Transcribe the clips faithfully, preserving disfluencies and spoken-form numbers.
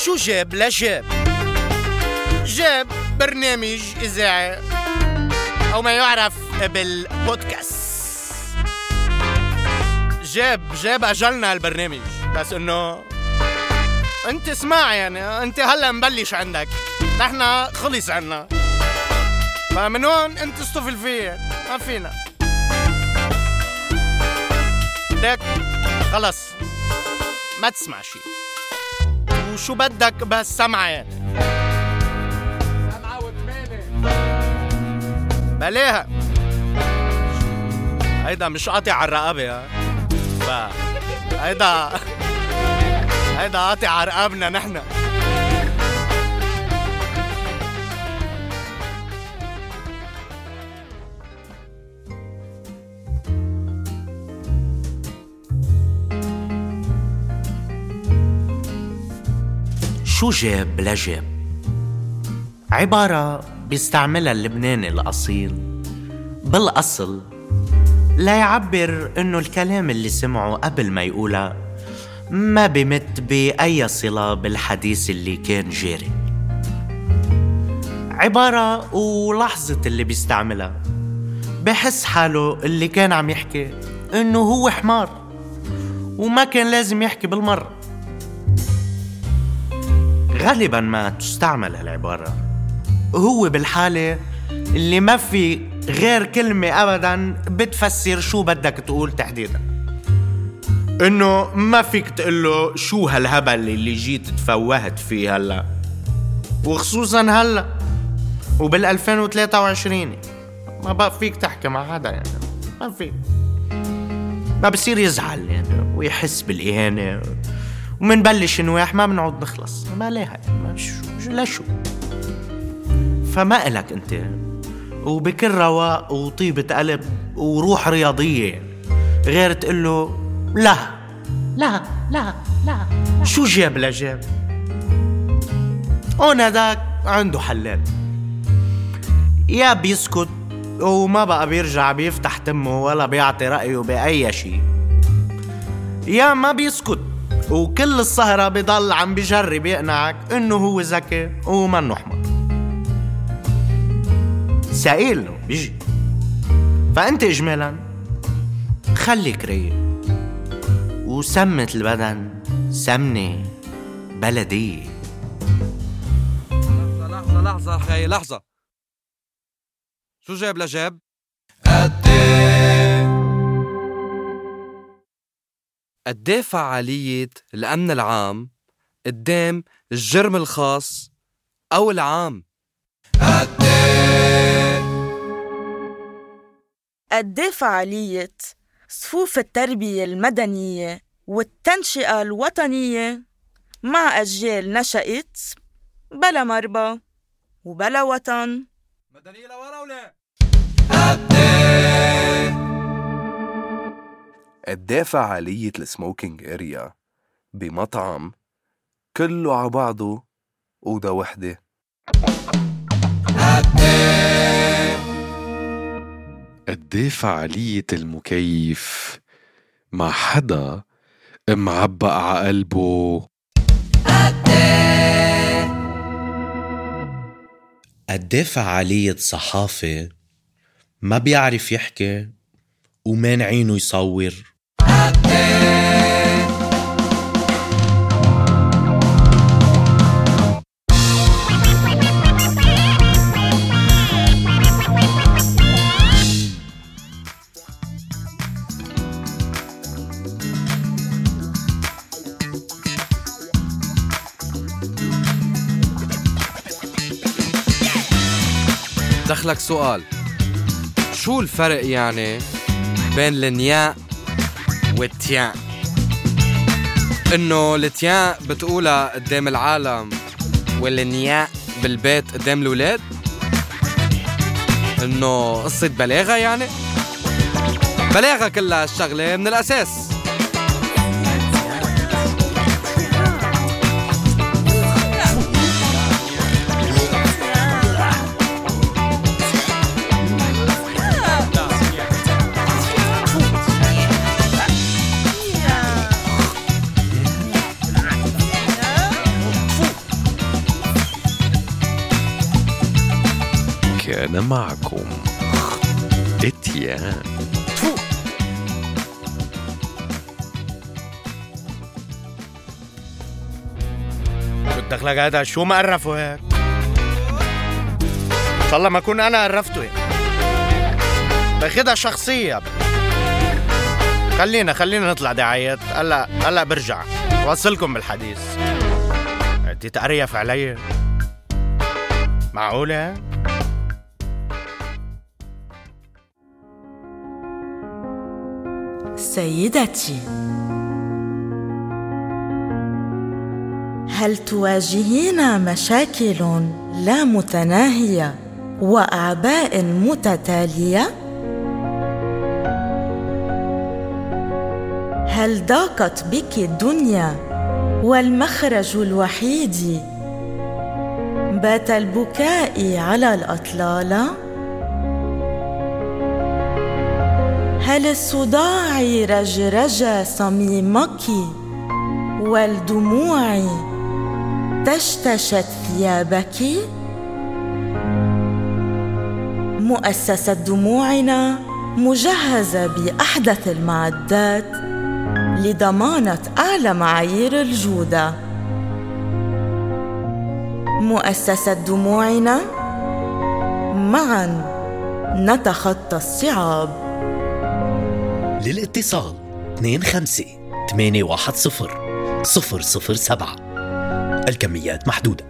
شو جاب لا جاب؟ جاب برنامج إذاعي أو ما يعرف بالبودكاست. جاب جاب أجلنا البرنامج، بس إنه أنت اسمع يعني أنت هلأ مبلش عندك، نحنا خلص عنا، فمن هون أنت استفل فيه ما فينا بدك خلص ما تسمع شي، وشو بدك بس سمعة يعني سمعة وثمانة بلاها. هيدا مش قاطع على الرقبة، ها هيدا هيدا قاطع على رقبنا نحنا. شو جاب لا جاب؟ عبارة بيستعملها اللبناني الأصيل بالأصل لا يعبر إنه الكلام اللي سمعه قبل ما يقولها ما بمت بأي صلة بالحديث اللي كان جاري. عبارة ولحظة اللي بيستعملها بحس حاله اللي كان عم يحكي إنه هو حمار وما كان لازم يحكي بالمرة. غالباً ما تستعمل هالعبارة هو بالحالة اللي ما في غير كلمة أبداً بتفسر شو بدك تقول تحديداً، إنه ما فيك تقوله شو هالهبل اللي جيت تفوهت فيه هلأ، وخصوصاً هلأ وبالألفين وثلاثة وعشرين ما بقى فيك تحكي مع حدا يعني، ما فيك، ما بصير يزعل يعني ويحس بالإهانة ومنبلش نواح ما بنعود نخلص ما ليها ما شو لا شو. فما إلك أنت وبكل رواق وطيبة قلب وروح رياضية غير تقوله لا لا لا لا شو جاب لا جاب. هون هداك عنده حلال، يا بيسكت وما بقى بيرجع بيفتح تمه ولا بيعطي رأيه بأي شيء، يا ما بيسكت وكل السهرة بيضل عم بيجرب يقنعك إنه هو ذكي ومنه حمار. سائل بيجي. فأنت إجمالا خليك ريق وسمة البدن سمنة بلدية. لحظة لحظة خي لحظة، شو جاب لجاب؟ قديه فعالية الأمن العام قدام الجرم الخاص أو العام؟ قديه فعالية صفوف التربية المدنية والتنشئة الوطنية مع أجيال نشأت بلا مربى وبلا وطن. مدنية لورا ولا؟ قديه فعالية السموكينج اريا بمطعم كله عبعضه أوضة وحدة؟ قديه فعالية المكيف مع حدا معبق ع قلبه؟ قديه فعالية صحافة ما بيعرف يحكي ومانعينه يصور؟ دخلك سؤال، شو الفرق يعني بين النياء والتياء؟ انه التياء بتقولها قدام العالم والنياء بالبيت قدام الولاد؟ انه قصة بلاغة يعني؟ بلاغة كلها الشغلة من الأساس. كان معكم إتيان. بدك هذا شو ما قرفوا هيك؟ إن شاء الله ما أكون أنا قرفته هيك. باخدها شخصية. خلينا خلينا نطلع دعايات. هلا هلا برجع واصلكم بالحديث. انت تقريف علي؟ معقولة؟ سيدتي، هل تواجهين مشاكل لا متناهية وأعباء متتالية؟ هل ضاقت بك الدنيا والمخرج الوحيد بات البكاء على الأطلالة؟ هل الصداع رجرج صميمك والدموع تشتشت ثيابك؟ مؤسسة دموعنا مجهزة بأحدث المعدات لضمانة أعلى معايير الجودة. مؤسسة دموعنا، معاً نتخطى الصعاب. للاتصال اثنين خمسة ثمانية واحد صفر صفر صفر سبعة. الكميات محدودة.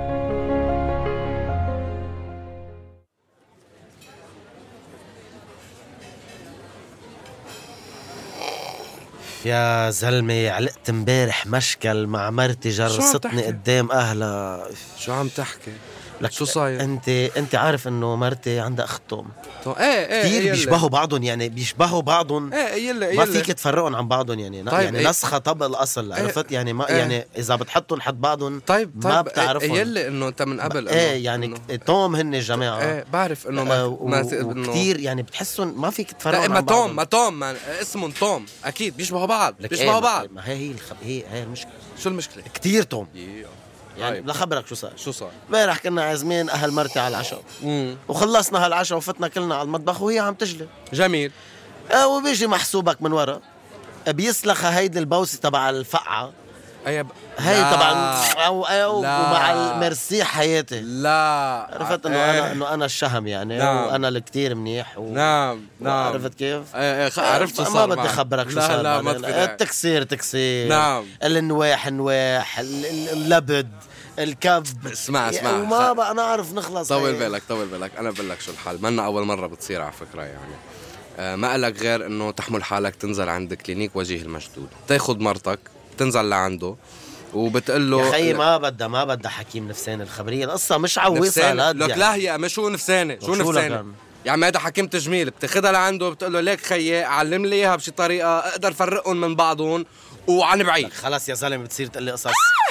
يا زلمة، علقت امبارح مشكل مع مرتي جرستني قدام أهلها. شو عم تحكي؟ لك شو صاير؟ انت انت عارف انه مرتي عندها اختهم ايه ايه كتير يلي. بيشبهوا بعضهم، يعني بيشبهوا بعضهم. ايه يلي ما يلي. فيك تفرقهم عن بعضهم، يعني طيب يعني إيه؟ نسخة طب الاصل. إيه؟ عرفت يعني ما إيه؟ يعني اذا بتحطهم حد بعضهم طيب طيب ما بتعرفهم. إيه يلي انه انت من قبل ايه يعني إنه... توم هن الجماعة. ايه بعرف انه ما آه ما و... وكتير يعني بتحسهم ما فيك تفرقهم عن ما بعضهم. توم ما توم ما اسمهم توم اكيد بيشبهوا بعض بيشبهوا إيه بعض. ما هي هي الخب... هي هي المشكلة. شو المشكلة؟ كتير توم ياه. يعني طيب. لا خبرك شو صار. شو صار؟ امبارح كنا عازمين اهل مرتي على العشاء، امم وخلصنا هالعشاء وفتنا كلنا على المطبخ وهي عم تجلب. جميل. آه وبيجي محسوبك من ورا بيسلخها هيدي البوسه تبع الفقعه، هي ب... هي لا. تبع او او لا. ومع المرسي حياتي. لا عرفت انه إيه. انا انه انا الشهم يعني. نعم. وانا الكتير منيح و... نعم نعم. عرفت كيف؟ ايه ايه خ- عرفت شو ما صار بدي معك. اخبرك شو لا صار. لا ما بعدين. تفيد. التكسير تكسير، نعم. النواح نواح، ال- ال- اللبد، الكب. اسمع اسمع وما بقى نعرف نخلص. طول هي. بالك طول بالك انا بقول لك شو الحل. منا اول مره بتصير على فكره يعني. آه ما قالك غير انه تحمل حالك تنزل عند كلينيك وجيه المشدود، تاخذ مرتك تنزل لعنده وبتقول له يا خيي ما بدها ما بدها حكيم نفساني. الخبريه القصه مش عويصه نفساني. هالقد لك يعني. لا هي مش شو نفساني شو شو لك نفساني يعني؟ يا عم هذا حكيم تجميل، بتاخدها لعنده بتقول له ليك خيي علم لي اياها بشي طريقه اقدر فرقهم من بعضهم وعن بعيد. خلاص يا زلمه بتصير تقول لي قصص.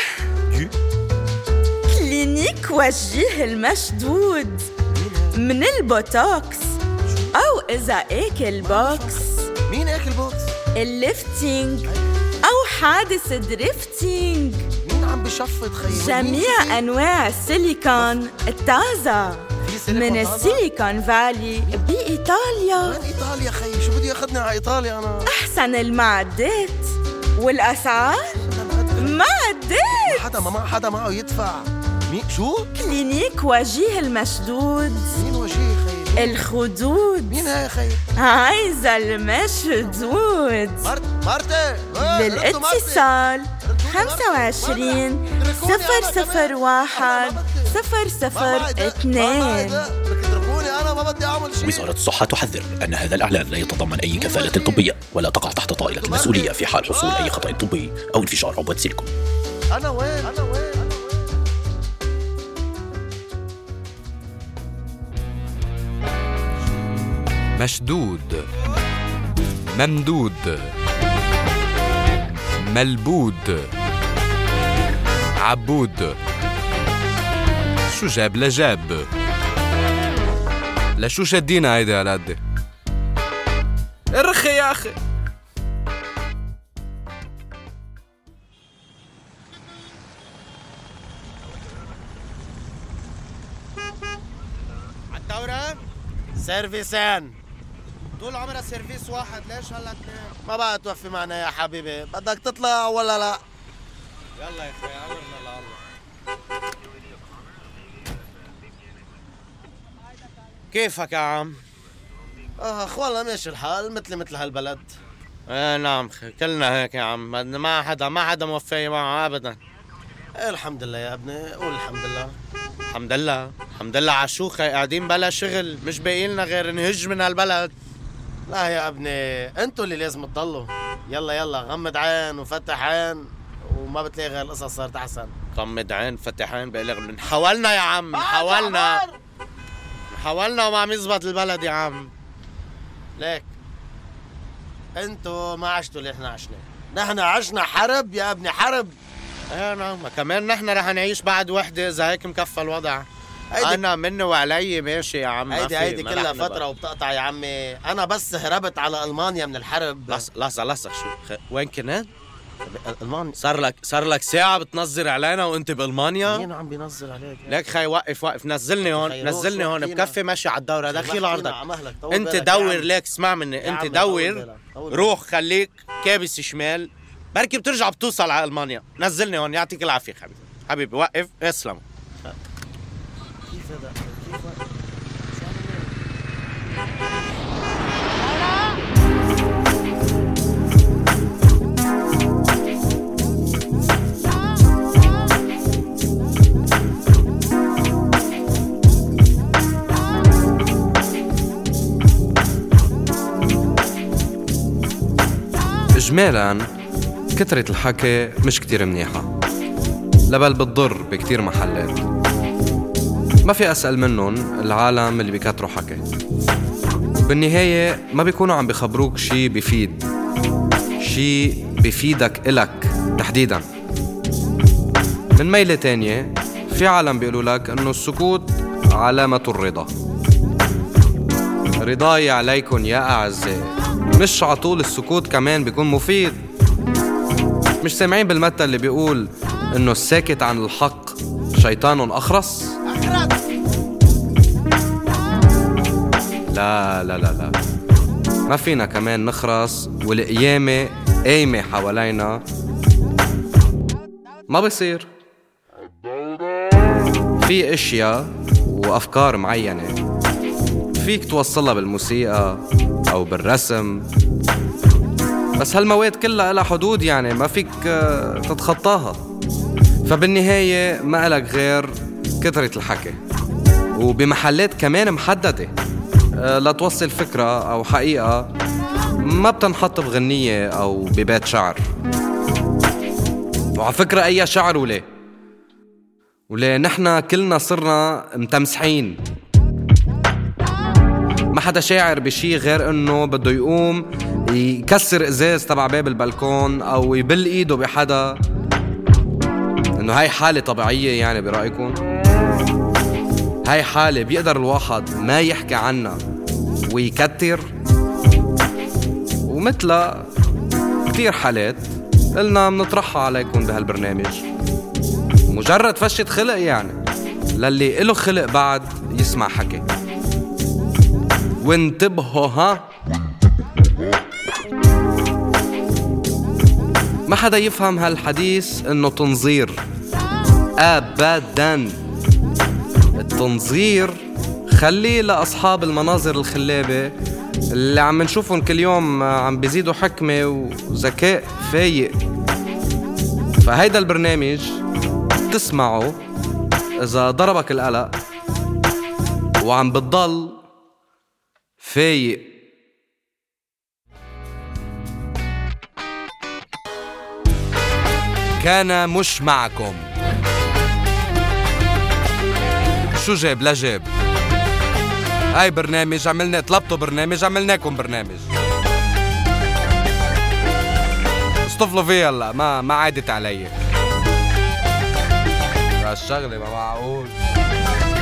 كلينيك وجيه المشدود من البوتوكس، أو إذا أكل بوكس، مين اكل بوكس؟ الليفتينج أو حادث دريفتينج. مين عم بشفط خيي؟ جميع أنواع السيليكون التازة من السيليكون فالي بإيطاليا. وين ايطاليا خيي؟ شو بدي ياخذني على ايطاليا انا؟ أحسن المعدات والأسعار معدات. حدا ما مع حدا معه يدفع. مين شو؟ كلينيك وجيه المشدود. مين وجيه خيي؟ الخدود مين هاي خيي؟ عايزة المشدود. مرت مرتي للاتصال خمسة وعشرين صفر صفر واحد صفر صفر اثنين. وزارة الصحة تحذر أن هذا الإعلان لا يتضمن أي كفالة طبية ولا تقع تحت طائلة المسؤولية في حال حصول أي خطأ طبي أو انفجار عبوة سيليكون. انا وين؟ انا وين؟ مشدود، ممدود، ملبود، عبود. شو جاب لجاب؟ لشو شدينا هيدا على قد؟ ارخي يا اخي. الدورة؟ سيرفيسين. طول عمرها سيرفيس واحد، ليش هلا اثنين؟ ما بقى توفي معنا يا حبيبي، بدك تطلع ولا لا؟ يلا يا اخوي امرنا لله. كيفك يا عم؟ اخ والله ماشي الحال مثلي مثل هالبلد. ايه نعم خي. كلنا هيك يا عم، ما حدا ما حدا موفي معه ابدا. ايه الحمد لله يا ابني، قول الحمد لله. الحمد لله الحمد لله على شو خي؟ قاعدين بلا شغل، مش باقي لنا غير نهج من هالبلد. لا يا ابني انتوا اللي لازم تضلوا. يلا يلا غمض عين وفتح عين وما بتلاقي غير القصص صارت احسن. غمض عين فتح عين بقلق. حاولنا يا عم حاولنا حاولنا وما عم يزبط البلد يا عم. ليك انتوا ما عشتوا اللي احنا عشنا، نحن عشنا حرب يا ابني، حرب. ايه نعم كمان نحن رح نعيش بعد وحدة اذا هيك مكفى الوضع. هيدي انا منه وعلي ماشي يا عم. هيدي هيدي كلها فترة وبتقطع يا عمي. انا بس هربت على المانيا من الحرب. لحظة لحظة لحظة شو خ... وين كنت؟ المانيا. صار لك صار لك ساعة بتنظر علينا وانت بالمانيا؟ مين عم بينزل عليك؟ ليك خي وقف وقف نزلني هون نزلني هون بكفي ماشي على الدورة دخيل عرضك. انت دور ليك اسمع مني انت دور روح خليك كابس شمال بركي بترجع بتوصل على المانيا. نزلني هون يعطيك العافية حبيبي حبيبي وقف اسلم. كيف هذا؟ كيف هذا؟ إجمالاً كثرة الحكي مش كتير منيحة، لبل بتضر بكتير محلات. ما في أسأل منهم العالم اللي بيكتروا حكي، بالنهاية ما بيكونوا عم بيخبروك شي بيفيد، شي بيفيدك إلك تحديداً. من ميلة تانية في عالم بيقولوا لك إنه السكوت علامة الرضا. رضاي عليكم يا أعزائي، مش عطول السكوت كمان بيكون مفيد. مش سامعين بالمثل اللي بيقول إنه الساكت عن الحق شيطان أخرس؟ لا لا لا لا ما فينا كمان نخرس والقيامة قايمة حوالينا، ما بصير. في اشياء وافكار معينة فيك توصلها بالموسيقى او بالرسم، بس هالمواد كلها لها حدود، يعني ما فيك تتخطاها. فبالنهاية ما لك غير كثرة الحكي، وبمحلات كمان محددة لتوصل فكرة أو حقيقة، ما بتنحط بغنية أو ببيت شعر. وعلى فكرة أي شعر وليه وليه نحنا كلنا صرنا متمسحين. ما حدا شاعر بشي غير انه بده يقوم يكسر ازاز تبع باب البلكون او يبل ايده بحدا. انه هاي حالة طبيعية يعني برأيكم؟ هاي حالة بيقدر الواحد ما يحكي عنها ويكتر؟ ومثلها كتير حالات قلنا منطرحها عليكم بهالبرنامج، مجرد فشة خلق يعني للي إله خلق بعد يسمع حكي. وانتبهوا ها، ما حدا يفهم هالحديث انه تنظير ابدا. التنظير خليه لاصحاب المناظر الخلابة اللي عم نشوفهم كل يوم عم بيزيدوا حكمة وذكاء فايق. فهيدا البرنامج تسمعه اذا ضربك القلق وعم بتضل فايق. كان مش معكم شو جاب لا جاب. هاي برنامج عملنا، طلبتوا برنامج عملناكم برنامج. اصطفلوا فيه هلا، ما ما عادت علي الشغلة، ما معقول.